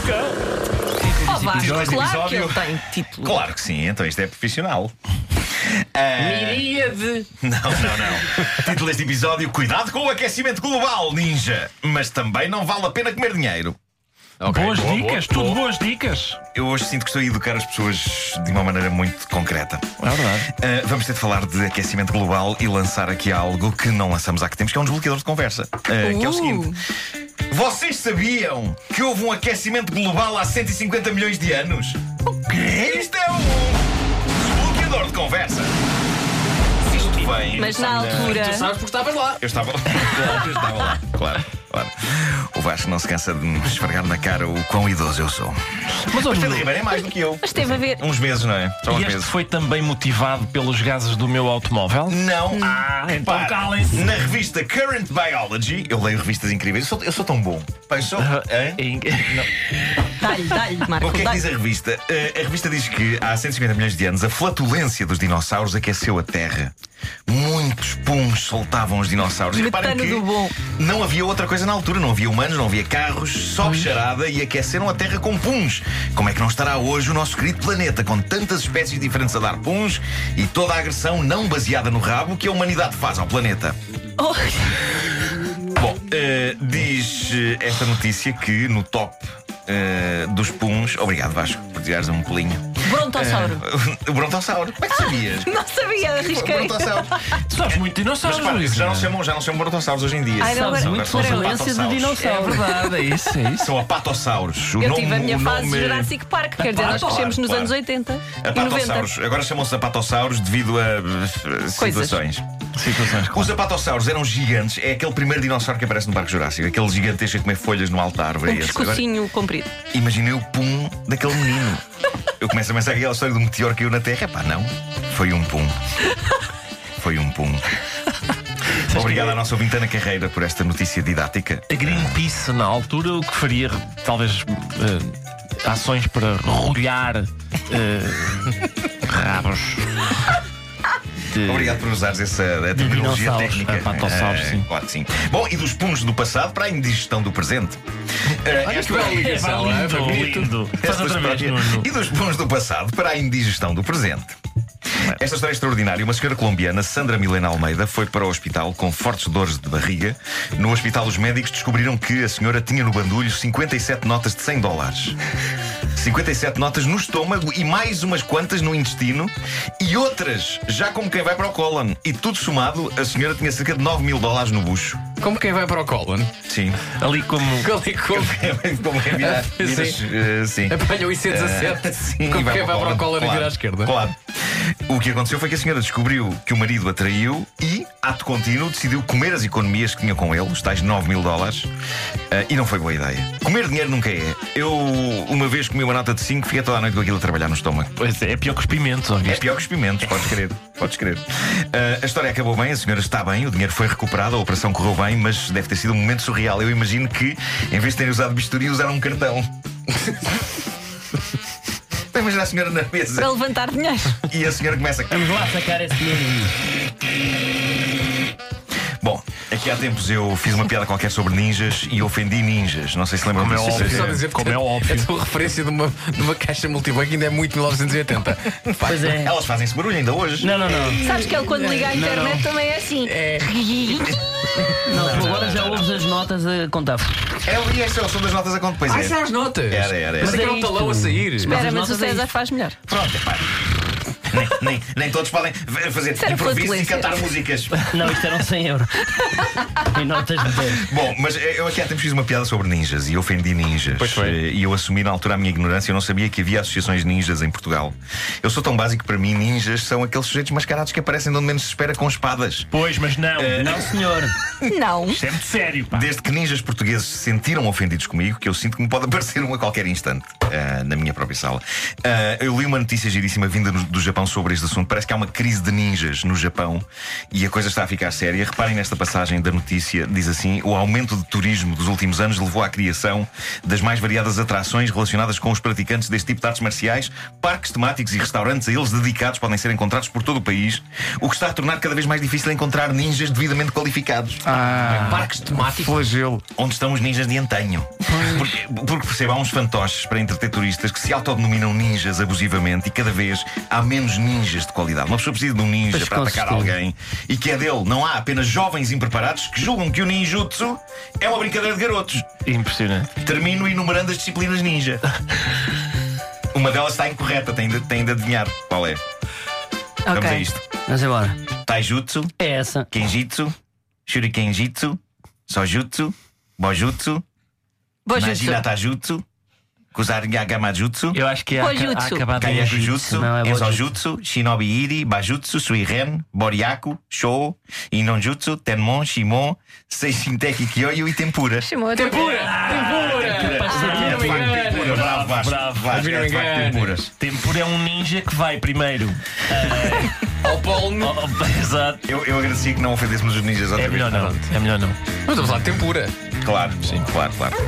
Oh, Vasco, Este claro que episódio- ele tem título. Claro que sim, então isto é profissional. Miríade. Não. Título deste episódio: Cuidado com o aquecimento global, ninja. Mas também não vale a pena comer dinheiro. Boas dicas, tudo boas dicas. Eu hoje sinto que estou a educar as pessoas de uma maneira muito concreta. É verdade. Vamos ter de falar de aquecimento global e lançar aqui algo que não lançamos há que tempos, que é um desbloqueador de conversa. Que é o seguinte: vocês sabiam que houve um aquecimento global há 150 milhões de anos? O quê? Isto é um desbloqueador de conversa. Isto vem. Mas na altura. Tu sabes porque estavas lá. Eu estava lá, claro. O Vasco não se cansa de me esfregar na cara o quão idoso eu sou. Mas Mas Pedro Ribeiro é mais do que eu. Mas teve a ver. Uns meses, não é? Só uns E este meses. foi também motivado pelos gases do meu automóvel? Não. Então Repara, calem-se. na revista Current Biology, eu leio revistas incríveis. Eu sou tão bom. Pá, eu sou. Hã? Dá-lhe, Marco. O que é que dá-lhe. diz a revista? A revista diz que há 150 milhões de anos a flatulência dos dinossauros aqueceu a Terra. Muitos puns soltavam os dinossauros. E reparem Metano que do bom. não havia outra coisa na altura. Não havia humanos, não havia carros, só bicharada, e aqueceram a Terra com puns. Como é que não estará hoje o nosso querido planeta, com tantas espécies diferentes a dar puns e toda a agressão não baseada no rabo que a humanidade faz ao planeta? Oh, Bom, diz esta notícia que no top dos puns. Obrigado, Vasco, por tirares um pulinho. Brontossauro. O brontossauro. Como é que sabias? Não sabia, O arrisquei. brontossauro. Tu sabes muito de Mas dinossauros, repara, Luís. já não chamam brontosauros hoje em dia. Ai, não, Sabes agora- muito São os Prevalência de apatossauros. dinossauro. É verdade, é isso. São apatossauros. Eu tive a minha fase de Jurassic Park, quer dizer, nós crescemos nos Claro. anos 80 e 90. Apatossauros. Agora chamam-se apatossauros devido a Coisas. situações. Situações Os apatossauros eram gigantes. É aquele primeiro dinossauro que aparece no Parque Jurássico. Aquele gigantesco a comer folhas numa alta árvore. Um É esse. Agora, pescocinho comprido. imaginei o pum daquele menino. Eu começo a pensar que aquela história do meteoro caiu na Terra. Pá, não. Foi um pum. Foi um pum. Obrigado à nossa ouvinte Ana Carreira por esta notícia didática. A Greenpeace, na altura, o que faria, talvez, ações para rolhar rabos. Obrigado por usares essa terminologia dinossauros, técnica. apatossauros, sim. Claro que sim. Bom, e dos puns do passado para a indigestão do presente. Esta- bela ligação, É, foi bonito. lindo. Faz esta outra vez, história- Nuno. E dos puns do passado para a indigestão do presente. Esta história é extraordinária. Uma senhora colombiana, Sandra Milena Almeida, foi para o hospital com fortes dores de barriga. No hospital, os médicos descobriram que a senhora tinha no bandulho 57 notas de $100. 57 notas no estômago e mais umas quantas no intestino e outras já como quem vai para o cólon. E tudo somado, a senhora tinha cerca de $9.000 no bucho. Como quem vai para o Colin? Sim. Ali como. Ali como Como é virar? Sim. apanha o IC17. Sim, Como e quem vai para o Colin e Claro, vira à esquerda. Claro. O que aconteceu foi que a senhora descobriu que o marido a traiu e, ato contínuo, decidiu comer as economias que tinha com ele, os tais $9.000, e não foi boa ideia. Comer dinheiro nunca é. Eu, uma vez comi uma nota de 5, fiquei toda a noite com aquilo a trabalhar no estômago. Pois é pior que os pimentos, É ouviste? pior que os pimentos, podes crer. Podes crer. A história acabou bem, a senhora está bem, o dinheiro foi recuperado, a operação correu bem, mas deve ter sido um momento surreal. Eu imagino que, em vez de terem usado bisturi, usaram um cartão. Imagina a senhora na mesa Para levantar dinheiro. e a senhora começa a. Vamos lá sacar esse dinheirinho. Bom, aqui há tempos eu fiz uma piada qualquer sobre ninjas e ofendi ninjas. Não sei se lembram Como é disso. óbvio. Só dizer, Como é óbvio. A tua referência de uma caixa multibanco ainda é muito 1980. Pois é. Elas fazem-se barulho ainda hoje. Não. Sabes que ele quando liga à internet também é assim. Não, tu agora já ouves as notas a contar. E este é o som das notas a conta. Pois Ai, é. são as notas. Era. Mas Mas é é um talão a isto. sair. Espera, as mas o notas é César isto. faz melhor. Pronto, pá. Nem todos podem fazer Isso era improviso e flatulência. cantar músicas. Não, isto eram 100 euros. Em notas de 10. Bom, mas eu aqui há tempos fiz uma piada sobre ninjas e ofendi ninjas. Pois foi. E eu assumi na altura a minha ignorância. Eu não sabia que havia associações ninjas em Portugal. Eu sou tão básico que para mim ninjas são aqueles sujeitos mascarados que aparecem de onde menos se espera com espadas. Pois, mas não. Não, senhor. Não. Isto é muito sério, pá. Desde que ninjas portugueses se sentiram ofendidos comigo, que eu sinto que me pode aparecer um a qualquer instante na minha própria sala. Eu li uma notícia giríssima vinda do Japão informação sobre este assunto. Parece que há uma crise de ninjas no Japão e a coisa está a ficar séria. Reparem nesta passagem da notícia. Diz assim: o aumento de turismo dos últimos anos levou à criação das mais variadas atrações relacionadas com os praticantes deste tipo de artes marciais. Parques temáticos e restaurantes a eles dedicados podem ser encontrados por todo o país, o que está a tornar cada vez mais difícil encontrar ninjas devidamente qualificados. Parques temáticos. Flagelo. Onde estão os ninjas de antanho? Porque perceba, há uns fantoches para entreter turistas que se autodenominam ninjas abusivamente e cada vez há menos ninjas de qualidade. Uma pessoa precisa de um ninja Mas para atacar alguém e que é dele. Não há apenas jovens impreparados que julgam que o ninjutsu é uma brincadeira de garotos. Impressionante. Termino enumerando as disciplinas ninja. Uma delas está incorreta, tem de adivinhar qual é. Vamos a isto: Vamos embora. Taijutsu, É essa. Kenjitsu, Shurikenjitsu, Sojutsu, Bojutsu, Bojutsu. Najina Tajutsu, Kusaryagamajutsu, Eu acho que é Bojutsu. acabado em Kayakujutsu, Não, é Enzojutsu, Shinobi Iri, Bajutsu, Suiren, Boryaku, Shou, Inonjutsu, Tenmon, Shimon, Seishinteki Kyoyo e Tempura. Chamou Tempura! Tempura, bravo, Vasco. Vasco, é de facto Tempura. Tempura é um ninja que vai primeiro Ao polo. Exato. Eu agradecia que não ofendêssemos os ninjas outra É vez. melhor não. É melhor não. Mas estamos lá de tempura. Claro, sim, claro.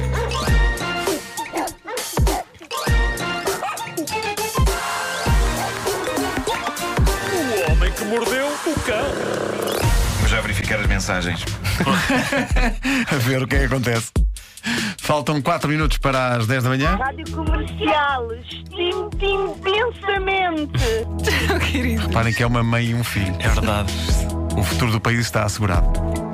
O homem que mordeu o cão. Vou já verificar as mensagens. A ver o que é que acontece. Faltam 4 minutos para as 10 da manhã. Rádio Comercial, estimo intensamente. Reparem que é uma mãe e um filho. É verdade. O futuro do país está assegurado.